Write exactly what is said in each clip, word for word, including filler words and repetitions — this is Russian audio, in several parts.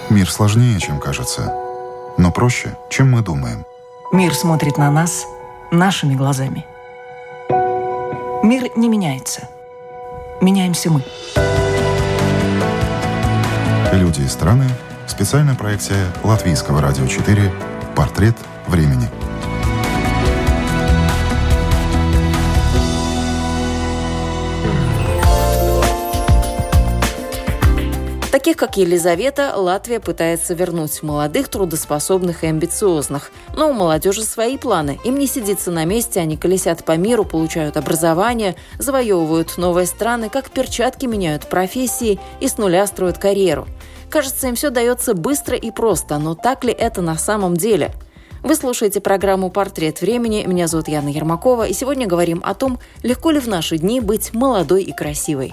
Мир сложнее, чем кажется, но проще, чем мы думаем. Мир смотрит на нас нашими глазами. Мир не меняется. Меняемся мы. Люди и страны. Специальная проекция Латвийского радио четыре «Портрет времени». Таких, как Елизавета, Латвия пытается вернуть молодых, трудоспособных и амбициозных. Но у молодежи свои планы. Им не сидится на месте, они колесят по миру, получают образование, завоевывают новые страны, как перчатки меняют профессии и с нуля строят карьеру. Кажется, им все дается быстро и просто, но так ли это на самом деле? Вы слушаете программу «Портрет времени». Меня зовут Яна Ермакова, и сегодня говорим о том, легко ли в наши дни быть молодой и красивой.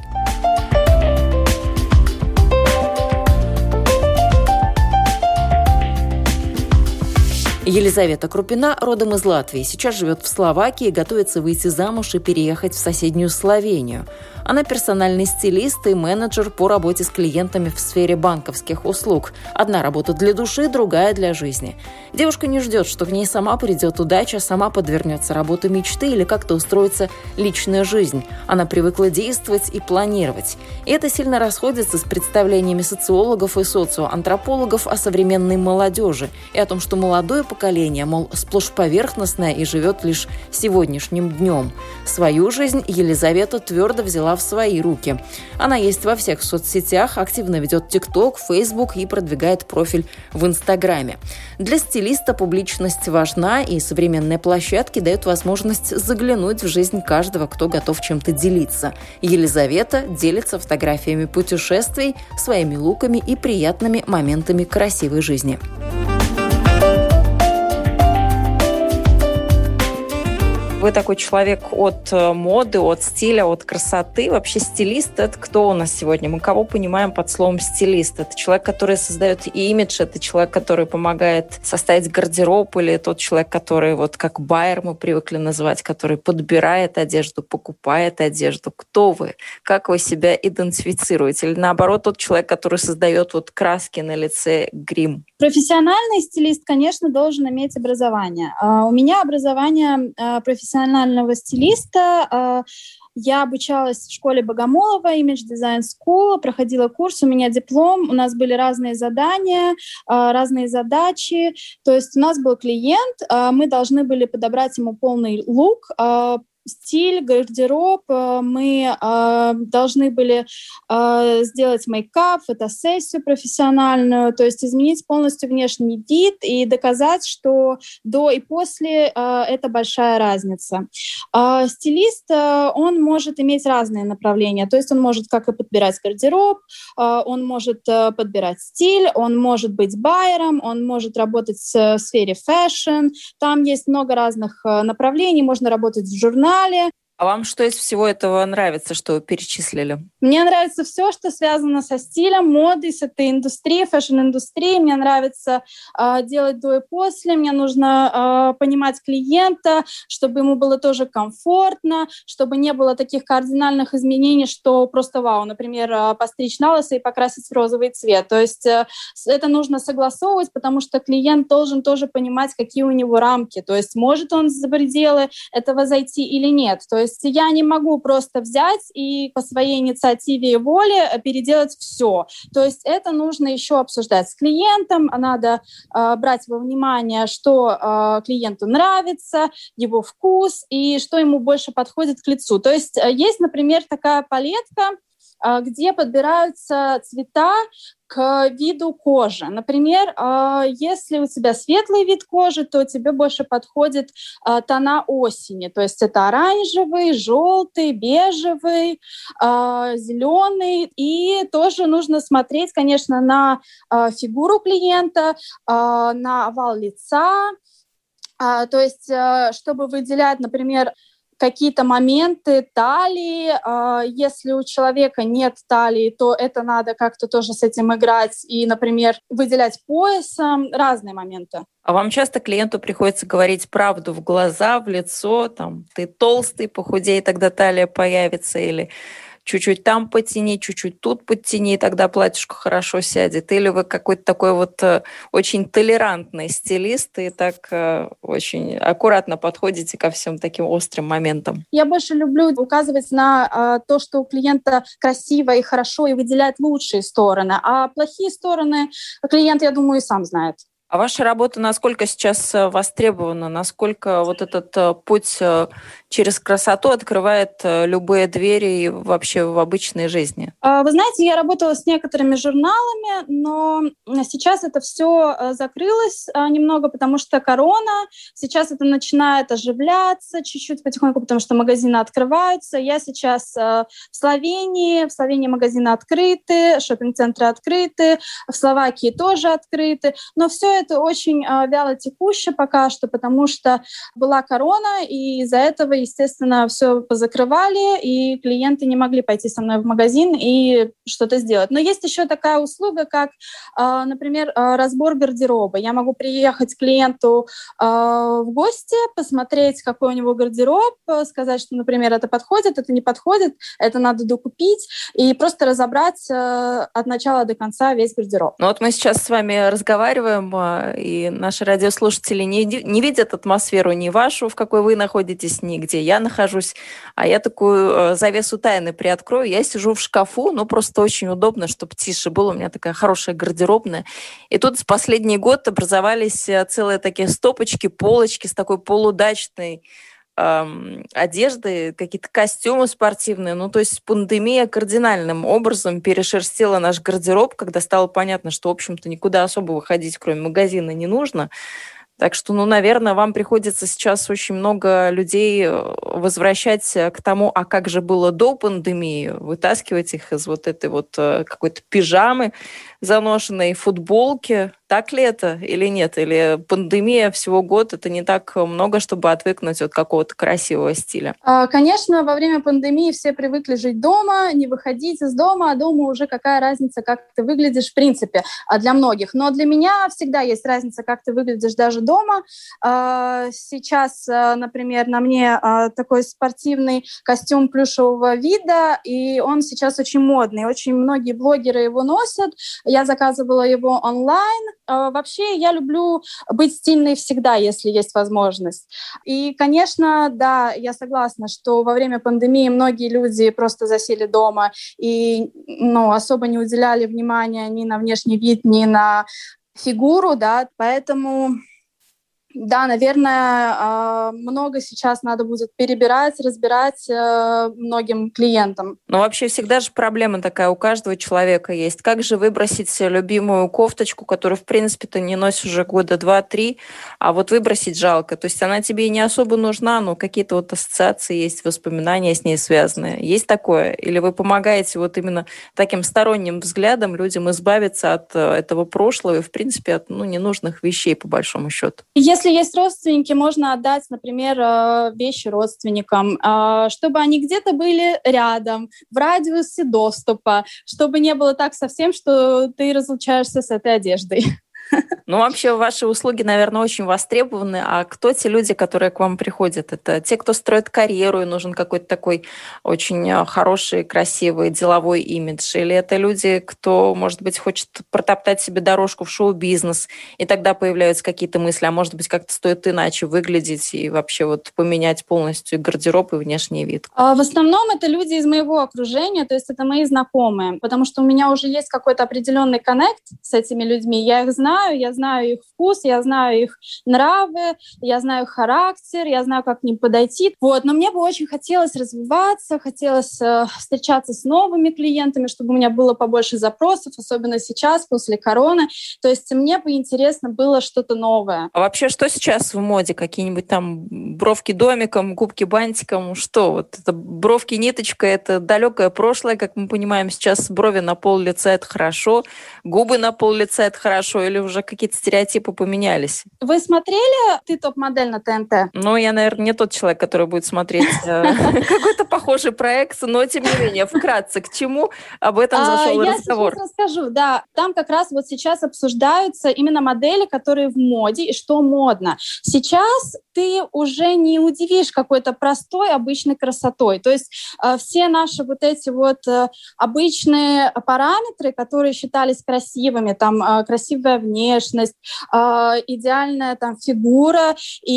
Елизавета Крупина родом из Латвии. Сейчас живет в Словакии, готовится выйти замуж и переехать в соседнюю Словению. Она персональный стилист и менеджер по работе с клиентами в сфере банковских услуг. Одна работа для души, другая для жизни. Девушка не ждет, что к ней сама придет удача, сама подвернется работа мечты или как-то устроится личная жизнь. Она привыкла действовать и планировать. И это сильно расходится с представлениями социологов и социоантропологов о современной молодежи и о том, что молодое поколение, мол, сплошь поверхностное и живет лишь сегодняшним днем. Свою жизнь Елизавета твердо взяла в свои руки. Она есть во всех соцсетях, активно ведет ТикТок, Фейсбук и продвигает профиль в Инстаграме. Для стилиста публичность важна, и современные площадки дают возможность заглянуть в жизнь каждого, кто готов чем-то делиться. Елизавета делится фотографиями путешествий, своими луками и приятными моментами красивой жизни. Вы такой человек от моды, от стиля, от красоты. Вообще стилист – это кто у нас сегодня? Мы кого понимаем под словом стилист? Это человек, который создает имидж, это человек, который помогает составить гардероб, или тот человек, который, вот как байер мы привыкли называть, который подбирает одежду, покупает одежду. Кто вы? Как вы себя идентифицируете? Или наоборот, тот человек, который создает вот краски на лице, грим? Профессиональный стилист, конечно, должен иметь образование. У меня образование профессионального стилиста. Я обучалась в школе Богомолова, Image Design School, проходила курс, у меня диплом, у нас были разные задания, разные задачи. То есть у нас был клиент, мы должны были подобрать ему полный лук, стиль, гардероб, мы э, должны были э, сделать мейкап, фотосессию профессиональную, то есть изменить полностью внешний вид и доказать, что до и после э, это большая разница. Э, стилист, э, он может иметь разные направления, то есть он может как и подбирать гардероб, э, он может э, подбирать стиль, он может быть байером, он может работать в сфере фэшн, там есть много разных э, направлений, можно работать в журнале. А вам что из всего этого нравится, что вы перечислили? Мне нравится все, что связано со стилем, модой, с этой индустрией, фэшн-индустрией. Мне нравится э, делать до и после. Мне нужно э, понимать клиента, чтобы ему было тоже комфортно, чтобы не было таких кардинальных изменений, что просто вау. Например, э, постричь на лысо и покрасить в розовый цвет. То есть э, это нужно согласовывать, потому что клиент должен тоже понимать, какие у него рамки. То есть может он за пределы этого зайти или нет. То есть я не могу просто взять и по своей инициативе и воле переделать все. То есть это нужно еще обсуждать с клиентом, надо э, брать во внимание, что э, клиенту нравится, его вкус и что ему больше подходит к лицу. То есть э, есть, например, такая палетка, э, где подбираются цвета к виду кожи. Например, если у тебя светлый вид кожи, то тебе больше подходит тона осени. То есть это оранжевый, желтый, бежевый, зеленый. И тоже нужно смотреть, конечно, на фигуру клиента, на овал лица. То есть, чтобы выделять, например, какие-то моменты талии. Если у человека нет талии, то это надо как-то тоже с этим играть и, например, выделять поясом. Разные моменты. А вам часто клиенту приходится говорить правду в глаза, в лицо? Там, ты толстый, похудей, тогда талия появится, или чуть-чуть там подтяни, чуть-чуть тут подтяни, и тогда платьишко хорошо сядет? Или вы какой-то такой вот очень толерантный стилист и так очень аккуратно подходите ко всем таким острым моментам? Я больше люблю указывать на то, что у клиента красиво и хорошо, и выделять лучшие стороны. А плохие стороны клиент, я думаю, и сам знает. А ваша работа насколько сейчас востребована? Насколько вот этот путь через красоту открывает любые двери и вообще в обычной жизни? Вы знаете, я работала с некоторыми журналами, но сейчас это все закрылось немного, потому что корона. Сейчас это начинает оживляться чуть-чуть потихоньку, потому что магазины открываются. Я сейчас в Словении. В Словении магазины открыты, шоппинг-центры открыты, в Словакии тоже открыты. Но все это очень вяло текуще пока что, потому что была корона, и из-за этого, естественно, все позакрывали, и клиенты не могли пойти со мной в магазин и что-то сделать. Но есть еще такая услуга, как, например, разбор гардероба. Я могу приехать к клиенту в гости, посмотреть, какой у него гардероб, сказать, что, например, это подходит, это не подходит, это надо докупить, и просто разобрать от начала до конца весь гардероб. Ну вот мы сейчас с вами разговариваем, и наши радиослушатели не, не видят атмосферу ни вашу, в какой вы находитесь, ни где я нахожусь. А я такую завесу тайны приоткрою. Я сижу в шкафу, ну просто очень удобно, чтобы тише было. У меня такая хорошая гардеробная. И тут с последний год образовались целые такие стопочки, полочки с такой полудачной эм, одежды, какие-то костюмы спортивные. Ну то есть пандемия кардинальным образом перешерстила наш гардероб, когда стало понятно, что, в общем-то, никуда особо выходить, кроме магазина, не нужно. Так что, ну, наверное, вам приходится сейчас очень много людей возвращать к тому, а как же было до пандемии, вытаскивать их из вот этой вот какой-то пижамы заношенной, футболки. Так ли это или нет? Или пандемия всего год, это не так много, чтобы отвыкнуть от какого-то красивого стиля? Конечно, во время пандемии все привыкли жить дома, не выходить из дома, а дома уже какая разница, как ты выглядишь в принципе для многих. Но для меня всегда есть разница, как ты выглядишь даже дома. Сейчас, например, на мне такой спортивный костюм плюшевого вида, и он сейчас очень модный. Очень многие блогеры его носят. Я заказывала его онлайн. Вообще, я люблю быть стильной всегда, если есть возможность. И, конечно, да, я согласна, что во время пандемии многие люди просто засели дома и ну, особо не уделяли внимания ни на внешний вид, ни на фигуру, да, поэтому... Да, наверное, много сейчас надо будет перебирать, разбирать многим клиентам. Но вообще всегда же проблема такая у каждого человека есть. Как же выбросить любимую кофточку, которую, в принципе, ты не носишь уже года два-три, а вот выбросить жалко. То есть она тебе и не особо нужна, но какие-то вот ассоциации есть, воспоминания с ней связанные. Есть такое? Или вы помогаете вот именно таким сторонним взглядом людям избавиться от этого прошлого и, в принципе, от ну, ненужных вещей, по большому счету? Если есть родственники, можно отдать, например, вещи родственникам, чтобы они где-то были рядом, в радиусе доступа, чтобы не было так совсем, что ты разлучаешься с этой одеждой. Ну, вообще, ваши услуги, наверное, очень востребованы. А кто те люди, которые к вам приходят? Это те, кто строит карьеру, и нужен какой-то такой очень хороший, красивый деловой имидж? Или это люди, кто, может быть, хочет протоптать себе дорожку в шоу-бизнес, и тогда появляются какие-то мысли, а может быть, как-то стоит иначе выглядеть и вообще вот поменять полностью гардероб и внешний вид? В основном это люди из моего окружения, то есть это мои знакомые, потому что у меня уже есть какой-то определенный коннект с этими людьми. Я их знаю, я знаю их вкус, я знаю их нравы, я знаю их характер, я знаю, как к ним подойти. Вот. Но мне бы очень хотелось развиваться, хотелось э, встречаться с новыми клиентами, чтобы у меня было побольше запросов, особенно сейчас, после короны. То есть мне бы интересно было что-то новое. А вообще, что сейчас в моде? Какие-нибудь там бровки домиком, губки бантиком? Что? Вот это бровки ниточка, это далекое прошлое, как мы понимаем. Сейчас брови на пол лица — это хорошо, губы на пол лица — это хорошо, или уже какие-то какие-то стереотипы поменялись? Вы смотрели «Ты топ-модель» на ТНТ? Ну, я, наверное, не тот человек, который будет смотреть какой-то похожий проект, но, тем не менее, вкратце, к чему об этом зашел разговор? Я сейчас расскажу, да. Там как раз вот сейчас обсуждаются именно модели, которые в моде и что модно. Сейчас ты уже не удивишь какой-то простой, обычной красотой. То есть э, все наши вот эти вот э, обычные параметры, которые считались красивыми, там э, красивая внешность, э, идеальная там фигура,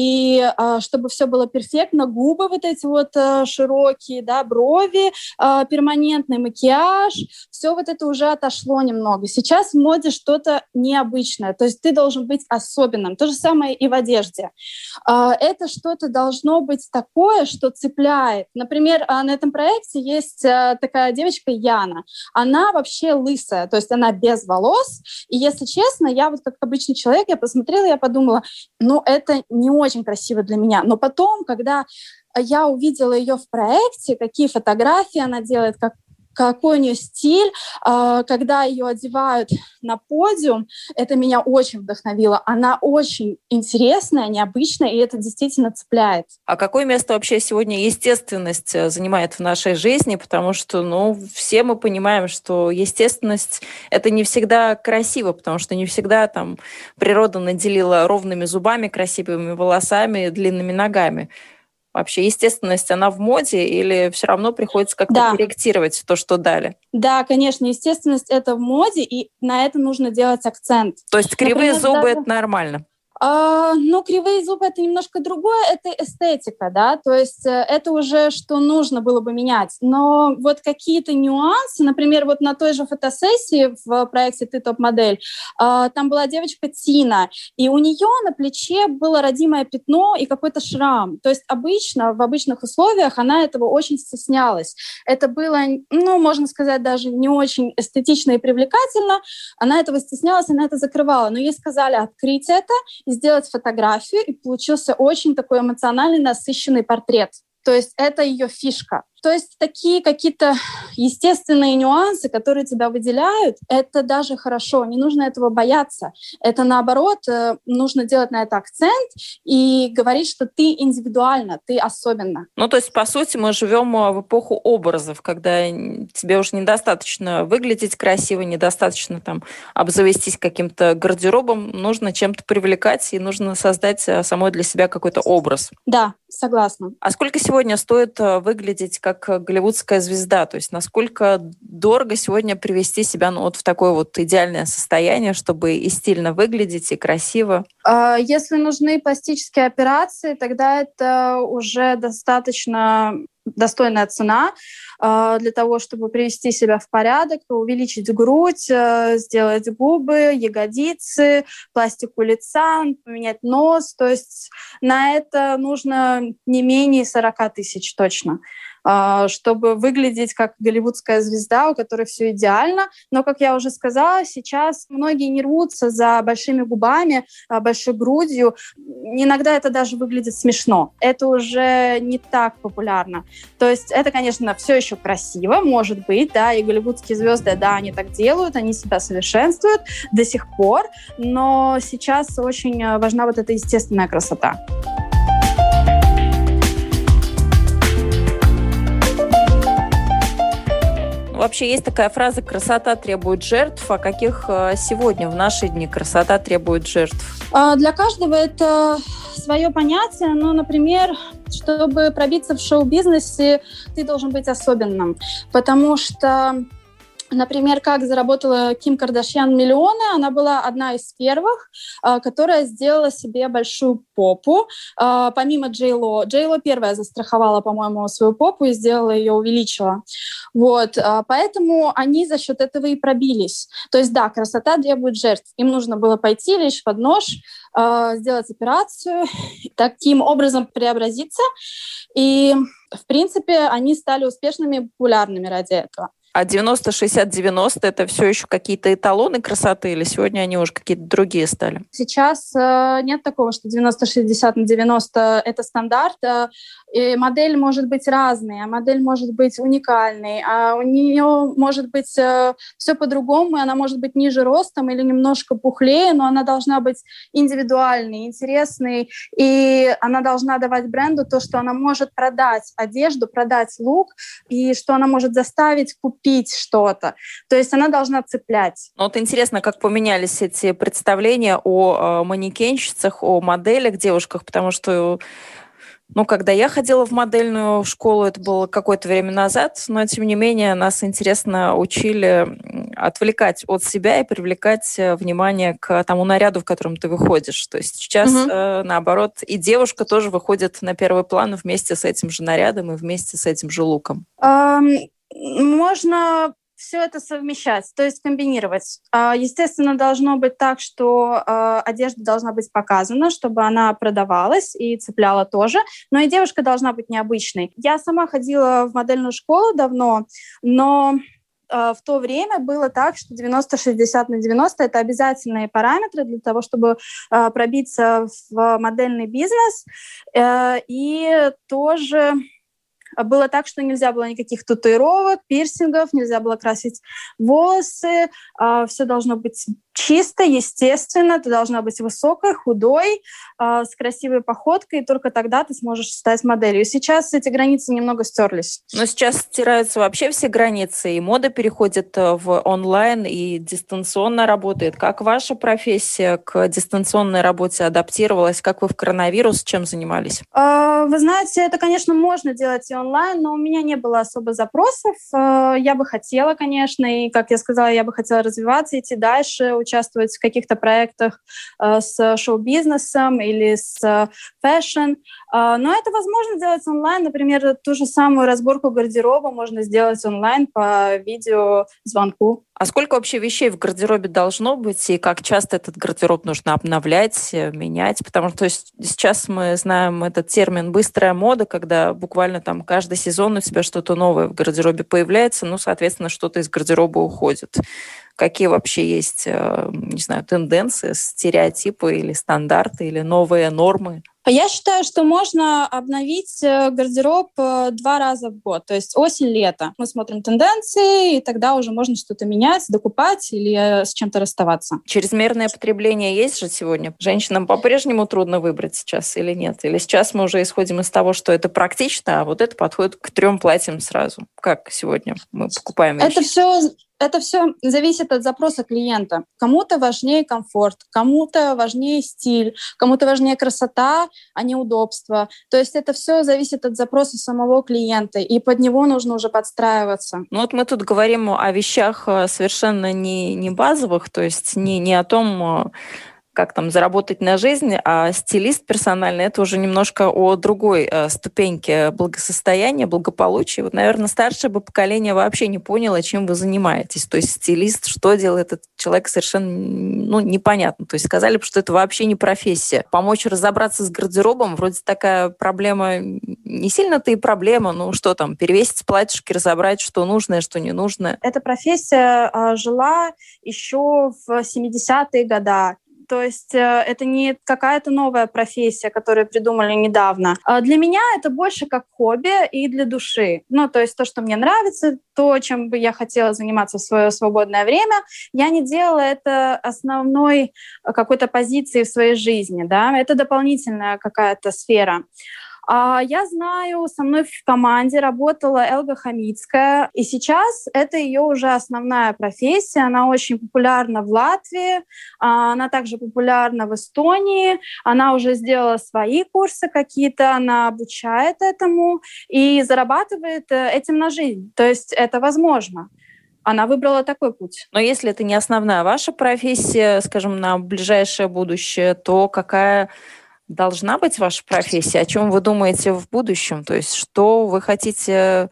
и э, чтобы все было перфектно, губы вот эти вот э, широкие, да, брови, э, перманентный макияж, все вот это уже отошло немного. Сейчас в моде что-то необычное, то есть ты должен быть особенным. То же самое и в одежде. Э, это что-то должно быть такое, что цепляет. Например, э, на этом проекте есть э, такая девочка Яна. Она вообще лысая, то есть она без волос. И если честно, я вот как обычный человек, я посмотрела, я подумала, ну это не очень красиво для меня. Но потом, когда я увидела ее в проекте, какие фотографии она делает, как какой у нее стиль, когда ее одевают на подиум, это меня очень вдохновило. Она очень интересная, необычная, и это действительно цепляет. А какое место вообще сегодня естественность занимает в нашей жизни? Потому что, ну, все мы понимаем, что естественность — это не всегда красиво, потому что не всегда там природа наделила ровными зубами, красивыми волосами, длинными ногами. Вообще естественность, она в моде или все равно приходится как-то да. корректировать то, что дали? Да, конечно, естественность — это в моде, и на это нужно делать акцент. То есть кривые Например, зубы даже... — это нормально? А, ну, кривые зубы — это немножко другое, это эстетика, да, то есть это уже что нужно было бы менять. Но вот какие-то нюансы, например, вот на той же фотосессии в проекте «Ты топ-модель», а, там была девочка Тина, и у нее на плече было родимое пятно и какой-то шрам. То есть обычно, в обычных условиях она этого очень стеснялась. Это было, ну, можно сказать, даже не очень эстетично и привлекательно. Она этого стеснялась, она это закрывала. Но ей сказали открыть это, сделать фотографию, и получился очень такой эмоциональный, насыщенный портрет. То есть это ее фишка. То есть такие какие-то естественные нюансы, которые тебя выделяют, это даже хорошо, не нужно этого бояться. Это наоборот, нужно делать на это акцент и говорить, что ты индивидуально, ты особенно. Ну, то есть, по сути, мы живем в эпоху образов, когда тебе уже недостаточно выглядеть красиво, недостаточно там обзавестись каким-то гардеробом, нужно чем-то привлекать и нужно создать самой для себя какой-то образ. Да, согласна. А сколько сегодня стоит выглядеть как как голливудская звезда? То есть насколько дорого сегодня привести себя ну, вот в такое вот идеальное состояние, чтобы и стильно выглядеть, и красиво? Если нужны пластические операции, тогда это уже достаточно достойная цена для того, чтобы привести себя в порядок, увеличить грудь, сделать губы, ягодицы, пластику лица, поменять нос. То есть на это нужно не менее сорок тысяч точно, чтобы выглядеть как голливудская звезда, у которой все идеально. Но, как я уже сказала, сейчас многие не рвутся за большими губами, большой грудью. Иногда это даже выглядит смешно. Это уже не так популярно. То есть это, конечно, все еще красиво, может быть, да, и голливудские звезды, да, они так делают, они себя совершенствуют до сих пор, но сейчас очень важна вот эта естественная красота. Вообще есть такая фраза «красота требует жертв». А каких сегодня, в наши дни, красота требует жертв? Для каждого это свое понятие. Ну, например, чтобы пробиться в шоу-бизнесе, ты должен быть особенным. Потому что, например, как заработала Ким Кардашьян миллионы, она была одна из первых, которая сделала себе большую попу, помимо Джей Ло. Джей Ло первая застраховала, по-моему, свою попу и сделала ее, увеличила. Вот. Поэтому они за счет этого и пробились. То есть, да, красота требует жертв. Им нужно было пойти, лечь под нож, сделать операцию, таким образом преобразиться. И, в принципе, они стали успешными и популярными ради этого. А девяносто шестьдесят девяносто это все еще какие-то эталоны красоты или сегодня они уже какие-то другие стали? Сейчас э, нет такого, что девяносто шестьдесят на девяносто это стандарт. Э, и модель может быть разной, а модель может быть уникальной, а у нее может быть э, все по-другому, и она может быть ниже ростом или немножко пухлее, но она должна быть индивидуальной, интересной, и она должна давать бренду то, что она может продать одежду, продать лук, и что она может заставить купить пить что-то. То есть она должна цеплять. Ну, вот интересно, как поменялись эти представления о, о манекенщицах, о моделях, девушках, потому что, ну, когда я ходила в модельную школу, это было какое-то время назад, но, тем не менее, нас интересно учили отвлекать от себя и привлекать внимание к тому наряду, в котором ты выходишь. То есть сейчас, угу. э, наоборот, и девушка тоже выходит на первый план вместе с этим же нарядом и вместе с этим же луком. Um... Можно все это совмещать, то есть комбинировать. Естественно, должно быть так, что одежда должна быть показана, чтобы она продавалась и цепляла тоже, но и девушка должна быть необычной. Я сама ходила в модельную школу давно, но в то время было так, что девяносто шестьдесят на девяносто это обязательные параметры для того, чтобы пробиться в модельный бизнес. И тоже было так, что нельзя было никаких татуировок, пирсингов, нельзя было красить волосы, все должно быть чисто, естественно, ты должна быть высокой, худой, э, с красивой походкой, и только тогда ты сможешь стать моделью. Сейчас эти границы немного стерлись. Но сейчас стираются вообще все границы, и мода переходит в онлайн, и дистанционно работает. Как ваша профессия к дистанционной работе адаптировалась? Как вы в коронавирус чем занимались? Э, вы знаете, это, конечно, можно делать и онлайн, но у меня не было особо запросов. Э, я бы хотела, конечно, и, как я сказала, я бы хотела развиваться, идти дальше, участвовать в каких-то проектах э, с шоу-бизнесом или с э, фэшн. Э, но это возможно делать онлайн. Например, ту же самую разборку гардероба можно сделать онлайн по видеозвонку. А сколько вообще вещей в гардеробе должно быть, и как часто этот гардероб нужно обновлять, менять? Потому что то есть, сейчас мы знаем этот термин «быстрая мода», когда буквально там каждый сезон у тебя что-то новое в гардеробе появляется, ну, соответственно, что-то из гардероба уходит. Какие вообще есть, не знаю, тенденции, стереотипы или стандарты, или новые нормы? Я считаю, что можно обновить гардероб два раза в год, то есть осень-лето. Мы смотрим тенденции, и тогда уже можно что-то менять, докупать или с чем-то расставаться. Чрезмерное потребление есть же сегодня? Женщинам по-прежнему трудно выбрать сейчас или нет? Или сейчас мы уже исходим из того, что это практично, а вот это подходит к трем платьям сразу? Как сегодня мы покупаем вещи? Это все... Это все зависит от запроса клиента. Кому-то важнее комфорт, кому-то важнее стиль, кому-то важнее красота, а не удобство. То есть это все зависит от запроса самого клиента, и под него нужно уже подстраиваться. Ну вот мы тут говорим о вещах совершенно не, не базовых, то есть не, не о том, как там заработать на жизнь, а стилист персональный — это уже немножко о другой э, ступеньке благосостояния, благополучия. Вот, наверное, старшее бы поколение вообще не поняло, чем вы занимаетесь. То есть стилист, что делает этот человек, совершенно ну, непонятно. То есть сказали бы, что это вообще не профессия. Помочь разобраться с гардеробом, вроде такая проблема, не сильно-то и проблема, ну что там, перевесить платьишки, разобрать, что нужное, что не нужное. Эта профессия э, жила еще в семидесятые годы. То есть это не какая-то новая профессия, которую придумали недавно. Для меня это больше как хобби и для души. Ну, то есть то, что мне нравится, то, чем бы я хотела заниматься в свое свободное время, я не делала это основной какой-то позицией в своей жизни. Да? Это дополнительная какая-то сфера. Я знаю, со мной в команде работала Элга Хамицкая, и сейчас это ее уже основная профессия. Она очень популярна в Латвии, она также популярна в Эстонии, она уже сделала свои курсы какие-то, она обучает этому и зарабатывает этим на жизнь. То есть это возможно. Она выбрала такой путь. Но если это не основная ваша профессия, скажем, на ближайшее будущее, то какая должна быть ваша профессия? О чем вы думаете в будущем? То есть что вы хотите,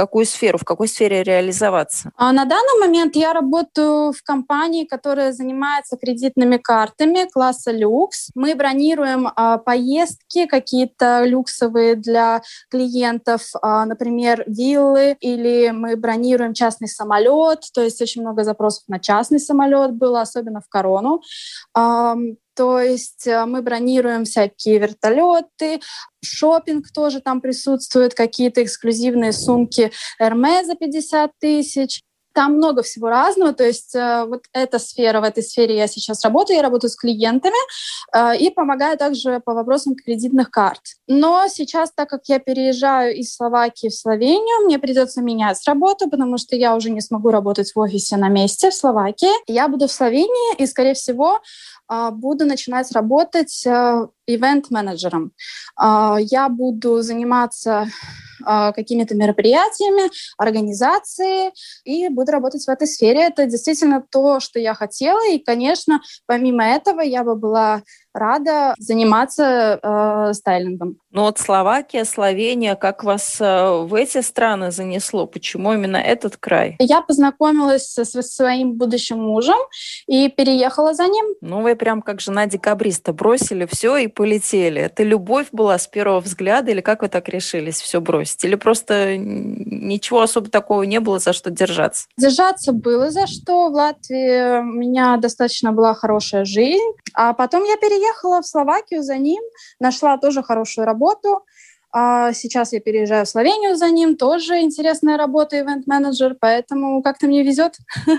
какую сферу, в какой сфере реализоваться? А на данный момент я работаю в компании, которая занимается кредитными картами класса люкс. Мы бронируем а, поездки какие-то люксовые для клиентов, а, например, виллы, или мы бронируем частный самолет, то есть очень много запросов на частный самолет было, особенно в корону. А, То есть мы бронируем всякие вертолеты, шопинг тоже там присутствует, какие-то эксклюзивные сумки Hermès за пятьдесят тысяч. Там много всего разного, то есть э, вот эта сфера, в этой сфере я сейчас работаю, я работаю с клиентами э, и помогаю также по вопросам кредитных карт. Но сейчас, так как я переезжаю из Словакии в Словению, мне придется менять работу, потому что я уже не смогу работать в офисе на месте в Словакии. Я буду в Словении и, скорее всего, э, буду начинать работать э, ивент-менеджером. Э, я буду заниматься какими-то мероприятиями, организацией, и буду работать в этой сфере. Это действительно то, что я хотела, и, конечно, помимо этого я бы была рада заниматься э, стайлингом. Ну вот Словакия, Словения, как вас э, в эти страны занесло? Почему именно этот край? Я познакомилась со своим будущим мужем и переехала за ним. Ну вы прям как жена-декабриста бросили все и полетели. Это любовь была с первого взгляда или как вы так решились все бросить? Или просто ничего особо такого не было, за что держаться? Держаться было за что. В Латвии у меня достаточно была хорошая жизнь. А потом я переехала в Словакию за ним, нашла тоже хорошую работу. А сейчас я переезжаю в Словению за ним, тоже интересная работа, ивент-менеджер, поэтому как-то мне везет.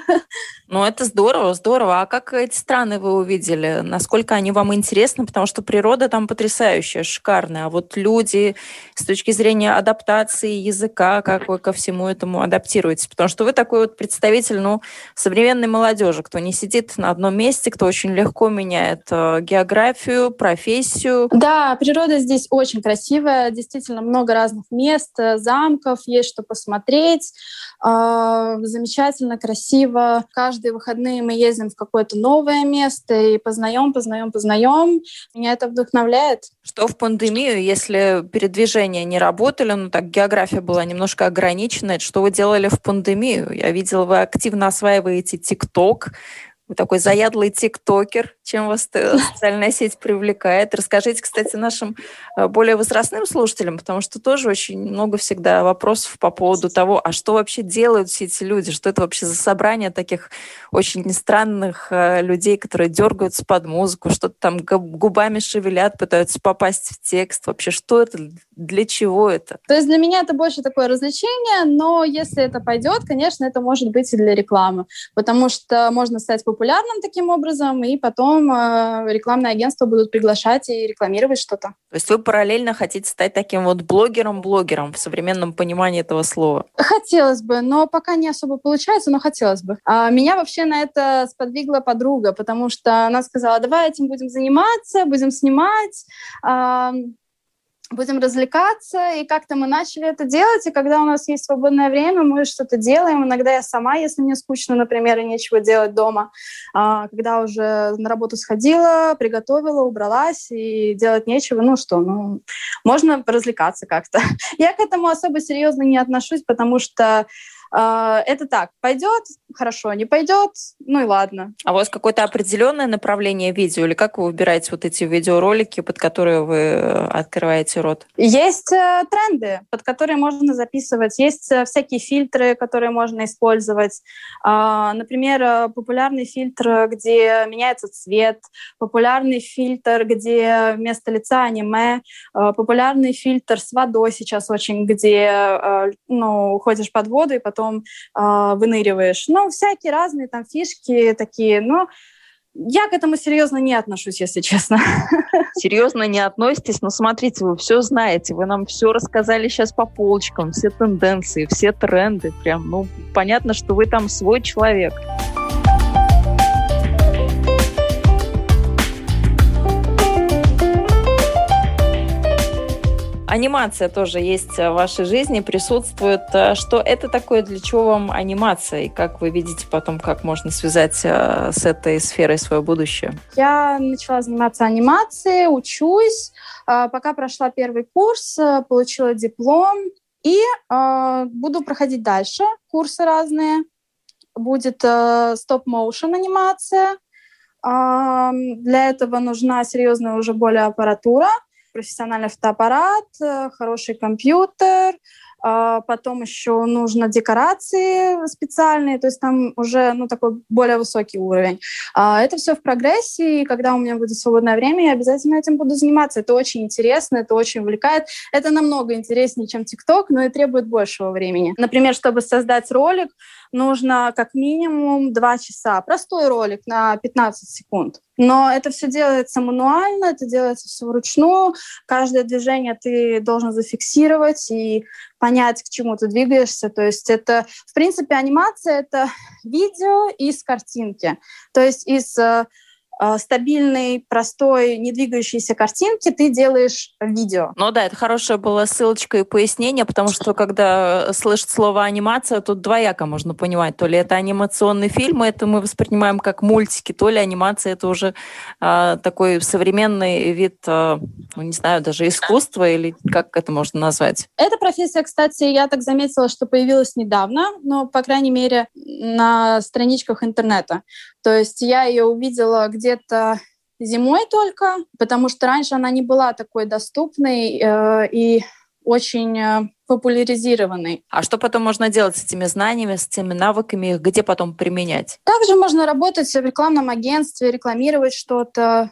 Ну, это здорово, здорово. А как эти страны вы увидели? Насколько они вам интересны? Потому что природа там потрясающая, шикарная. А вот люди с точки зрения адаптации языка, как вы ко всему этому адаптируетесь? Потому что вы такой вот представитель, ну, современной молодежи, кто не сидит на одном месте, кто очень легко меняет э, географию, профессию. Да, природа здесь очень красивая, действительно много разных мест, замков, есть что посмотреть. Замечательно, красиво. Каждые выходные мы ездим в какое-то новое место и познаем, познаем, познаем. Меня это вдохновляет. Что в пандемию, если передвижения не работали, ну так география была немножко ограничена, что вы делали в пандемию? Я видела, вы активно осваиваете ТикТок. Вы такой заядлый тиктокер. Чем вас социальная сеть привлекает? Расскажите, кстати, нашим более возрастным слушателям, потому что тоже очень много всегда вопросов по поводу того, а что вообще делают все эти люди? Что это вообще за собрание таких очень странных людей, которые дергаются под музыку, что-то там губами шевелят, пытаются попасть в текст. Вообще, что это? Для чего это? То есть для меня это больше такое развлечение, но если это пойдет, конечно, это может быть и для рекламы, потому что можно стать популярным таким образом, и потом э, рекламные агентства будут приглашать и рекламировать что-то. То есть вы параллельно хотите стать таким вот блогером-блогером в современном понимании этого слова? Хотелось бы, но пока не особо получается, но хотелось бы. А меня вообще на это сподвигла подруга, потому что она сказала, давай этим будем заниматься, будем снимать, э, будем развлекаться, и как-то мы начали это делать, и когда у нас есть свободное время, мы что-то делаем. Иногда я сама, если мне скучно, например, и нечего делать дома, когда уже на работу сходила, приготовила, убралась, и делать нечего, ну что, ну, можно развлекаться как-то. Я к этому особо серьезно не отношусь, потому что это так, пойдет, хорошо, не пойдет, ну и ладно. А у вас какое-то определенное направление видео, или как вы выбираете вот эти видеоролики, под которые вы открываете рот? Есть э, тренды, под которые можно записывать, есть э, всякие фильтры, которые можно использовать. Э, например, популярный фильтр, где меняется цвет, популярный фильтр, где вместо лица аниме, э, популярный фильтр с водой сейчас очень, где э, ну, ходишь под воду и потом потом э, выныриваешь. Ну, всякие разные там фишки такие, но я к этому серьезно не отношусь, если честно. Серьезно не относитесь? Но смотрите, вы все знаете, вы нам все рассказали сейчас по полочкам, все тенденции, все тренды. Прям, ну, понятно, что вы там свой человек. Анимация тоже есть в вашей жизни, присутствует. Что это такое, для чего вам анимация? И как вы видите потом, как можно связать с этой сферой свое будущее? Я начала заниматься анимацией, учусь. Пока прошла первый курс, получила диплом. И э, буду проходить дальше курсы разные. Будет э, стоп-моушен анимация. Э, для этого нужна серьезная уже более аппаратура, профессиональный фотоаппарат, э, хороший компьютер. Uh, потом еще нужно декорации специальные, то есть там уже ну, такой более высокий уровень. Uh, это все в прогрессе, и когда у меня будет свободное время, я обязательно этим буду заниматься. Это очень интересно, это очень увлекает. Это намного интереснее, чем ТикТок, но и требует большего времени. Например, чтобы создать ролик, нужно как минимум два часа. Простой ролик на пятнадцать секунд. Но это все делается мануально, это делается все вручную. Каждое движение ты должен зафиксировать и понять, к чему ты двигаешься. То есть это, в принципе, анимация — это видео из картинки. То есть из э, стабильной, простой, не двигающейся картинки ты делаешь видео. Ну да, это хорошая была ссылочка и пояснение, потому что когда слышит слово анимация, тут двояко можно понимать. То ли это анимационный фильм, это мы воспринимаем как мультики, то ли анимация — это уже э, такой современный вид, э, ну не знаю, даже искусства, или как это можно назвать? Эта профессия, кстати, я так заметила, что появилась недавно, но, по крайней мере, на страничках интернета. То есть я ее увидела где-то зимой только, потому что раньше она не была такой доступной э, и очень э, популяризированной. А что потом можно делать с этими знаниями, с этими навыками, где потом применять? Также можно работать в рекламном агентстве, рекламировать что-то,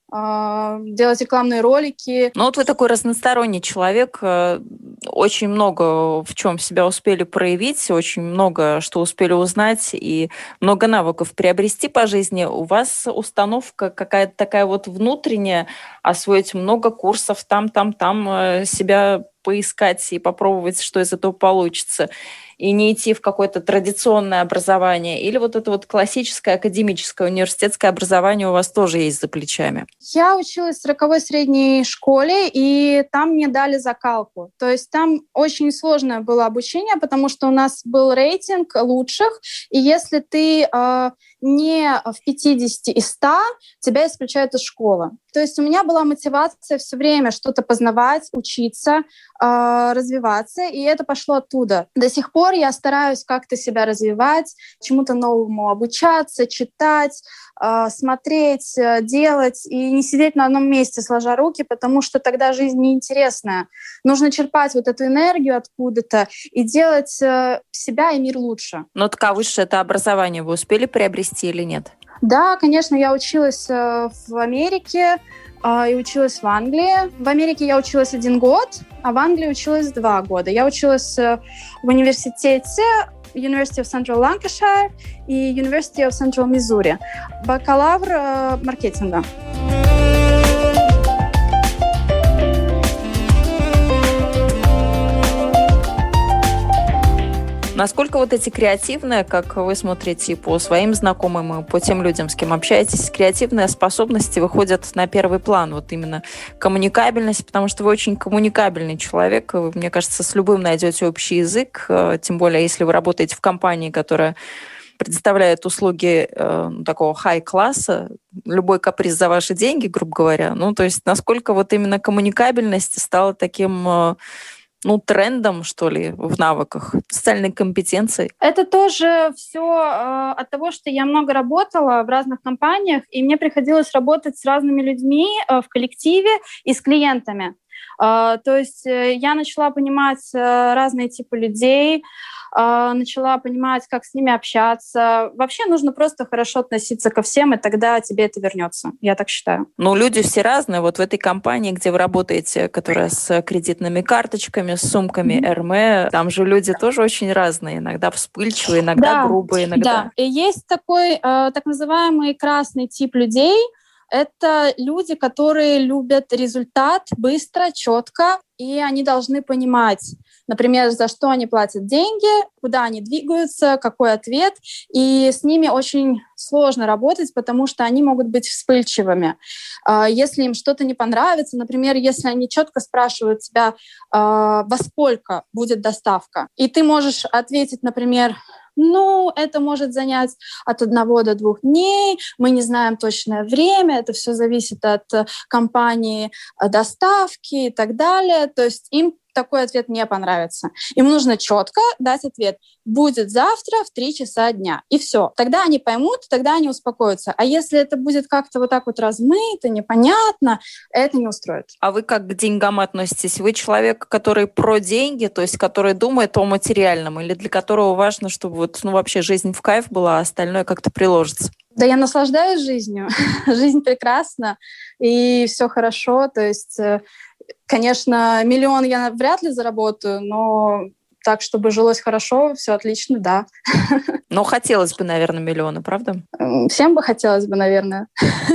делать рекламные ролики. Ну вот вы такой разносторонний человек, очень много в чем себя успели проявить, очень много что успели узнать и много навыков приобрести по жизни. У вас установка какая-то такая вот внутренняя, освоить много курсов там, там, там, себя поискать и попробовать, что из этого получится, и не идти в какое-то традиционное образование, или вот это вот классическое академическое университетское образование у вас тоже есть за плечами? Я училась в сороковой средней школе, и там мне дали закалку. То есть там очень сложное было обучение, потому что у нас был рейтинг лучших, и если ты э, не в пятидесяти из ста, тебя исключают из школы. То есть у меня была мотивация все время что-то познавать, учиться, э, развиваться, и это пошло оттуда. До сих пор я стараюсь как-то себя развивать, чему-то новому обучаться, читать, э, смотреть, э, делать, и не сидеть на одном месте, сложа руки, потому что тогда жизнь неинтересная. Нужно черпать вот эту энергию откуда-то и делать э, себя и мир лучше. Но так а высшее это образование вы успели приобрести или нет? Да, конечно, я училась э, в Америке э, и училась в Англии. В Америке я училась один год, а в Англии училась два года. Я училась э, в университете University of Central Lancashire и University of Central Missouri. Бакалавр э, маркетинга. Насколько вот эти креативные, как вы смотрите по своим знакомым и по тем людям, с кем общаетесь, креативные способности выходят на первый план? Вот именно коммуникабельность, потому что вы очень коммуникабельный человек. Вы, мне кажется, с любым найдете общий язык, тем более, если вы работаете в компании, которая предоставляет услуги э, такого хай-класса, любой каприз за ваши деньги, грубо говоря. Ну, то есть насколько вот именно коммуникабельность стала таким... Э, ну, трендом, что ли, в навыках, социальной компетенции? Это тоже все э, от того, что я много работала в разных компаниях, и мне приходилось работать с разными людьми э, в коллективе и с клиентами. Э, то есть э, я начала понимать э, разные типы людей, э, начала понимать, как с ними общаться. Вообще нужно просто хорошо относиться ко всем, и тогда тебе это вернется. Я так считаю. Ну, люди все разные. Вот в этой компании, где вы работаете, которая с кредитными карточками, с сумками mm-hmm. Эрме, там же люди тоже очень разные. Иногда вспыльчивые, иногда да, грубые, иногда... Да, и есть такой э, так называемый красный тип людей. Это люди, которые любят результат быстро, четко, и они должны понимать, например, за что они платят деньги, куда они двигаются, какой ответ. И с ними очень сложно работать, потому что они могут быть вспыльчивыми. Если им что-то не понравится, например, если они четко спрашивают тебя, во сколько будет доставка, и ты можешь ответить, например, ну, это может занять от одного до двух дней, мы не знаем точное время, это все зависит от компании доставки и так далее. То есть им такой ответ не понравится. Им нужно четко дать ответ. Будет завтра в три часа дня. И все. Тогда они поймут, тогда они успокоятся. А если это будет как-то вот так вот размыто, непонятно, это не устроит. А вы как к деньгам относитесь? Вы человек, который про деньги, то есть который думает о материальном, или для которого важно, чтобы вот, ну, вообще жизнь в кайф была, а остальное как-то приложится? Да, я наслаждаюсь жизнью. Жизнь прекрасна, и все хорошо. То есть, конечно, миллион я вряд ли заработаю, но так, чтобы жилось хорошо, все отлично, да. Но хотелось бы, наверное, миллионы, правда? Всем бы хотелось бы, наверное.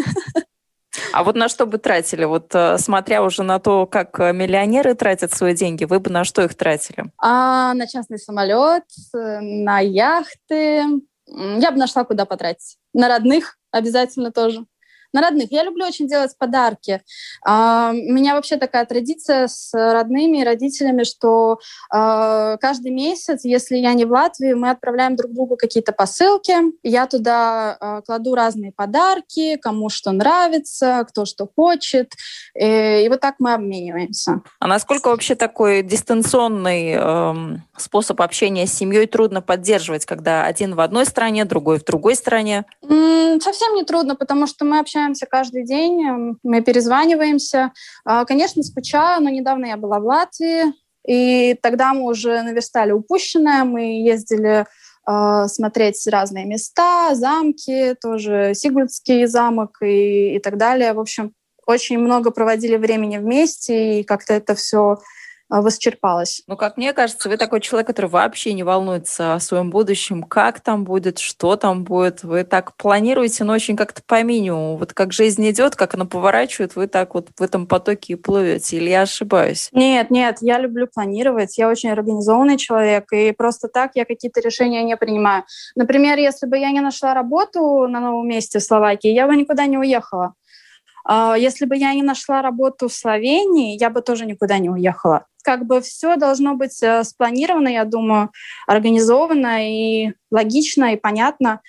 А вот на что бы тратили? Вот смотря уже на то, как миллионеры тратят свои деньги, вы бы на что их тратили? А, на частный самолет, на яхты. Я бы нашла, куда потратить. На родных обязательно тоже. На родных. Я люблю очень делать подарки. Uh, у меня вообще такая традиция с родными и родителями, что uh, каждый месяц, если я не в Латвии, мы отправляем друг другу какие-то посылки. Я туда uh, кладу разные подарки, кому что нравится, кто что хочет. И, и вот так мы обмениваемся. А насколько вообще такой дистанционный эм, способ общения с семьей трудно поддерживать, когда один в одной стране, другой в другой стране? Mm, совсем не трудно, потому что мы общаемся каждый день, мы перезваниваемся. Конечно, скучаю, но недавно я была в Латвии, и тогда мы уже наверстали упущенное. Мы ездили э, смотреть разные места, замки, тоже Сигульдский замок и, и так далее. В общем, очень много проводили времени вместе, и как-то это все восчерпалось. Ну, как мне кажется, вы такой человек, который вообще не волнуется о своем будущем, как там будет, что там будет. Вы так планируете, но очень как-то по минимуму. Вот как жизнь идет, как она поворачивает, вы так вот в этом потоке и плывете. Или я ошибаюсь? Нет, нет, я люблю планировать. Я очень организованный человек, и просто так я какие-то решения не принимаю. Например, если бы я не нашла работу на новом месте в Словакии, я бы никуда не уехала. Если бы я не нашла работу в Словении, я бы тоже никуда не уехала. Как бы все должно быть спланировано, я думаю, организовано и логично, и понятно,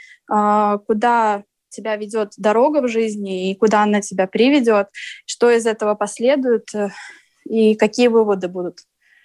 куда тебя ведет дорога в жизни и куда она тебя приведет, что из этого последует и какие выводы будут,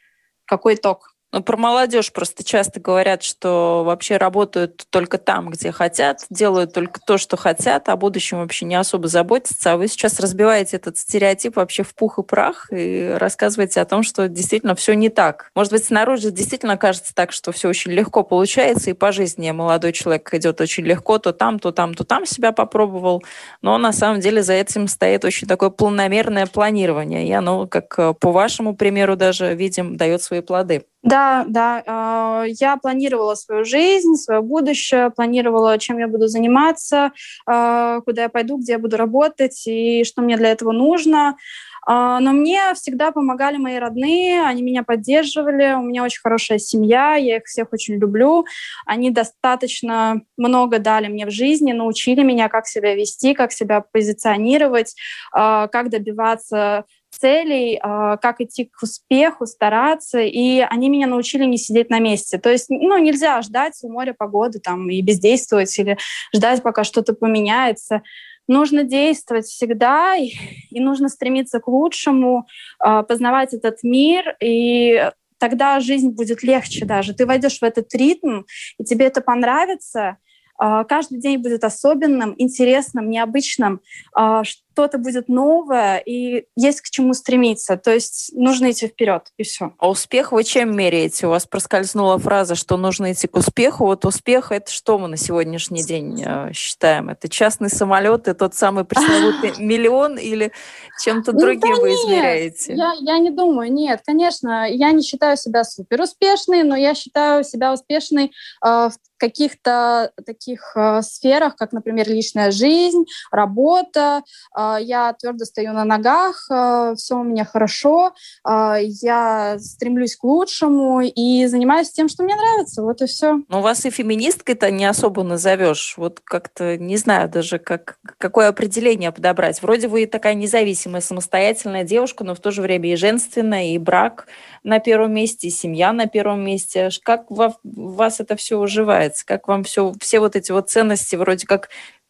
какой итог. Ну, про молодежь просто часто говорят, что вообще работают только там, где хотят, делают только то, что хотят, о будущем вообще не особо заботятся. А вы сейчас разбиваете этот стереотип вообще в пух и прах и рассказываете о том, что действительно все не так. Может быть, снаружи действительно кажется так, что все очень легко получается, и по жизни молодой человек идет очень легко, то там, то там, то там себя попробовал. Но на самом деле за этим стоит очень такое планомерное планирование. И оно, как по вашему примеру даже видим, дает свои плоды. Да, да. Я планировала свою жизнь, свое будущее, планировала, чем я буду заниматься, куда я пойду, где я буду работать и что мне для этого нужно. Но мне всегда помогали мои родные, они меня поддерживали, у меня очень хорошая семья, я их всех очень люблю. Они достаточно много дали мне в жизни, научили меня, как себя вести, как себя позиционировать, как добиваться целей, как идти к успеху, стараться, и они меня научили не сидеть на месте. То есть, ну, нельзя ждать у моря погоды там и бездействовать, или ждать, пока что-то поменяется. Нужно действовать всегда, и, и нужно стремиться к лучшему, познавать этот мир, и тогда жизнь будет легче даже. Ты войдешь в этот ритм, и тебе это понравится. Каждый день будет особенным, интересным, необычным. Что-то будет новое, и есть к чему стремиться. То есть нужно идти вперед, и все. А успех вы чем меряете? У вас проскользнула фраза, что нужно идти к успеху. Вот успех — это что мы на сегодняшний день э, считаем? Это частный самолет и тот самый пресловутый миллион, или чем-то другим ну, да вы нет, измеряете? Я, я не думаю, нет. Конечно, я не считаю себя суперуспешной, но я считаю себя успешной э, в каких-то таких э, сферах, как, например, личная жизнь, работа. Э, я твердо стою на ногах, э, все у меня хорошо, э, я стремлюсь к лучшему и занимаюсь тем, что мне нравится. Вот и все. Но вас и феминисткой-то не особо назовешь. Вот как-то не знаю даже, как, какое определение подобрать. Вроде вы такая независимая, самостоятельная девушка, но в то же время и женственная, и брак на первом месте, и семья на первом месте. Как у вас это все уживается? Как вам все, все вот эти вот ценности вроде как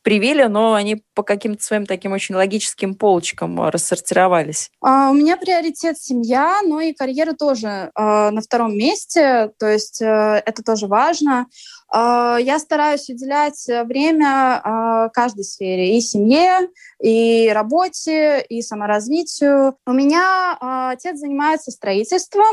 привили, но они по каким-то своим таким очень логическим полочкам рассортировались. Uh, у меня приоритет семья, но и карьера тоже uh, на втором месте, то есть uh, это тоже важно. Uh, я стараюсь уделять время uh, каждой сфере, и семье, и работе, и саморазвитию. У меня uh, отец занимается строительством,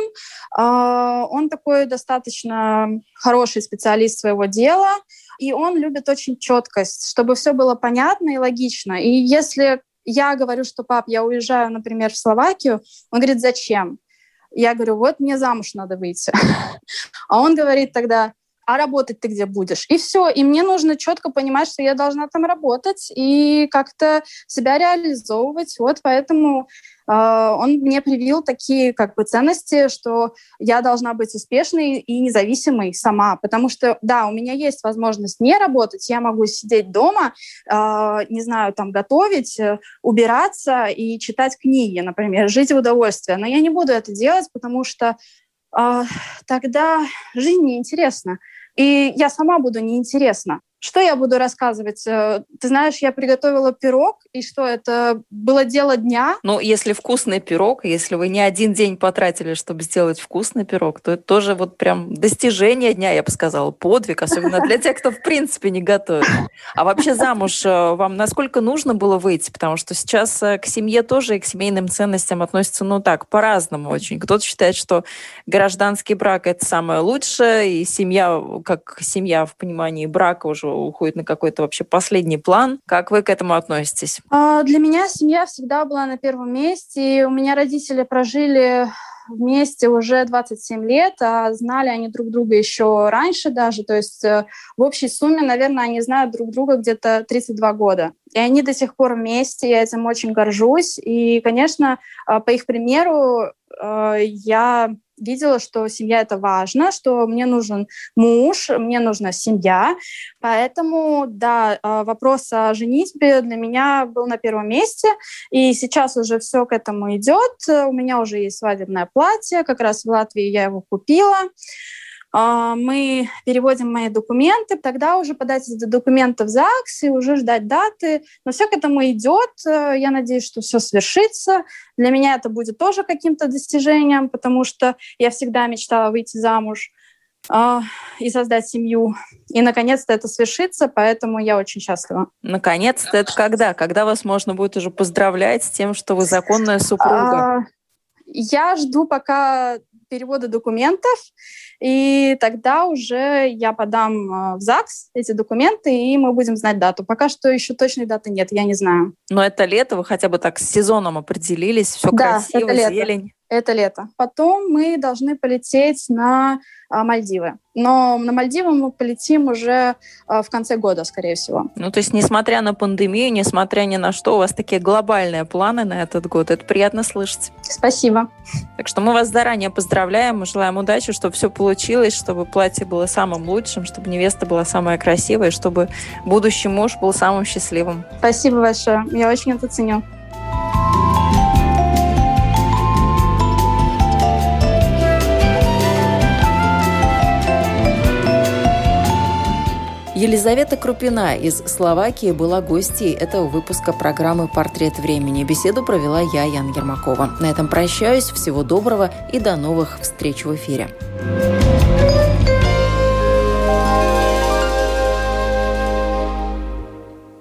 uh, он такой достаточно хороший специалист своего дела, и он любит очень четкость, чтобы все было понятно и логично. И если я говорю, что, пап, я уезжаю, например, в Словакию, он говорит, зачем? Я говорю, вот мне замуж надо выйти. А он говорит тогда, а работать ты где будешь? И все. И мне нужно четко понимать, что я должна там работать и как-то себя реализовывать. Вот поэтому э, он мне привил такие как бы ценности, что я должна быть успешной и независимой сама. Потому что, да, у меня есть возможность не работать, я могу сидеть дома, э, не знаю, там готовить, убираться и читать книги, например, жить в удовольствии. Но я не буду это делать, потому что э, тогда жизнь неинтересна. И я сама буду неинтересна. Что я буду рассказывать? Ты знаешь, я приготовила пирог, и что, это было дело дня? Ну, если вкусный пирог, если вы не один день потратили, чтобы сделать вкусный пирог, то это тоже вот прям достижение дня, я бы сказала, подвиг, особенно для тех, кто в принципе не готовит. А вообще замуж вам насколько нужно было выйти? Потому что сейчас к семье тоже и к семейным ценностям относятся, ну так, по-разному очень. Кто-то считает, что гражданский брак — это самое лучшее, и семья, как семья в понимании брака уже уходит на какой-то вообще последний план. Как вы к этому относитесь? Для меня семья всегда была на первом месте. И у меня родители прожили вместе уже двадцать семь лет, а знали они друг друга еще раньше даже. То есть в общей сумме, наверное, они знают друг друга где-то тридцать два года. И они до сих пор вместе, я этим очень горжусь. И, конечно, по их примеру я видела, что семья — это важно, что мне нужен муж, мне нужна семья. Поэтому, да, вопрос о женитьбе для меня был на первом месте. И сейчас уже все к этому идет. У меня уже есть свадебное платье. Как раз в Латвии я его купила. Мы переводим мои документы, тогда уже подать эти документы в ЗАГС и уже ждать даты. Но все к этому идет. Я надеюсь, что все свершится. Для меня это будет тоже каким-то достижением, потому что я всегда мечтала выйти замуж и создать семью. И, наконец-то, это свершится, поэтому я очень счастлива. Наконец-то это когда? Когда вас можно будет уже поздравлять с тем, что вы законная супруга? Я жду пока перевода документов, и тогда уже я подам в ЗАГС эти документы, и мы будем знать дату. Пока что еще точной даты нет, я не знаю. Но это лето, вы хотя бы так с сезоном определились, все да, красиво, это зелень. Это лето. Потом мы должны полететь на а, Мальдивы. Но на Мальдивы мы полетим уже а, в конце года, скорее всего. Ну, то есть, несмотря на пандемию, несмотря ни на что, у вас такие глобальные планы на этот год. Это приятно слышать. Спасибо. Так что мы вас заранее поздравляем, желаем удачи, чтобы все получилось, чтобы платье было самым лучшим, чтобы невеста была самая красивая, чтобы будущий муж был самым счастливым. Спасибо большое. Я очень это ценю. Елизавета Крупина из Словакии была гостьей этого выпуска программы «Портрет времени». Беседу провела я, Яна Ермакова. На этом прощаюсь. Всего доброго и до новых встреч в эфире.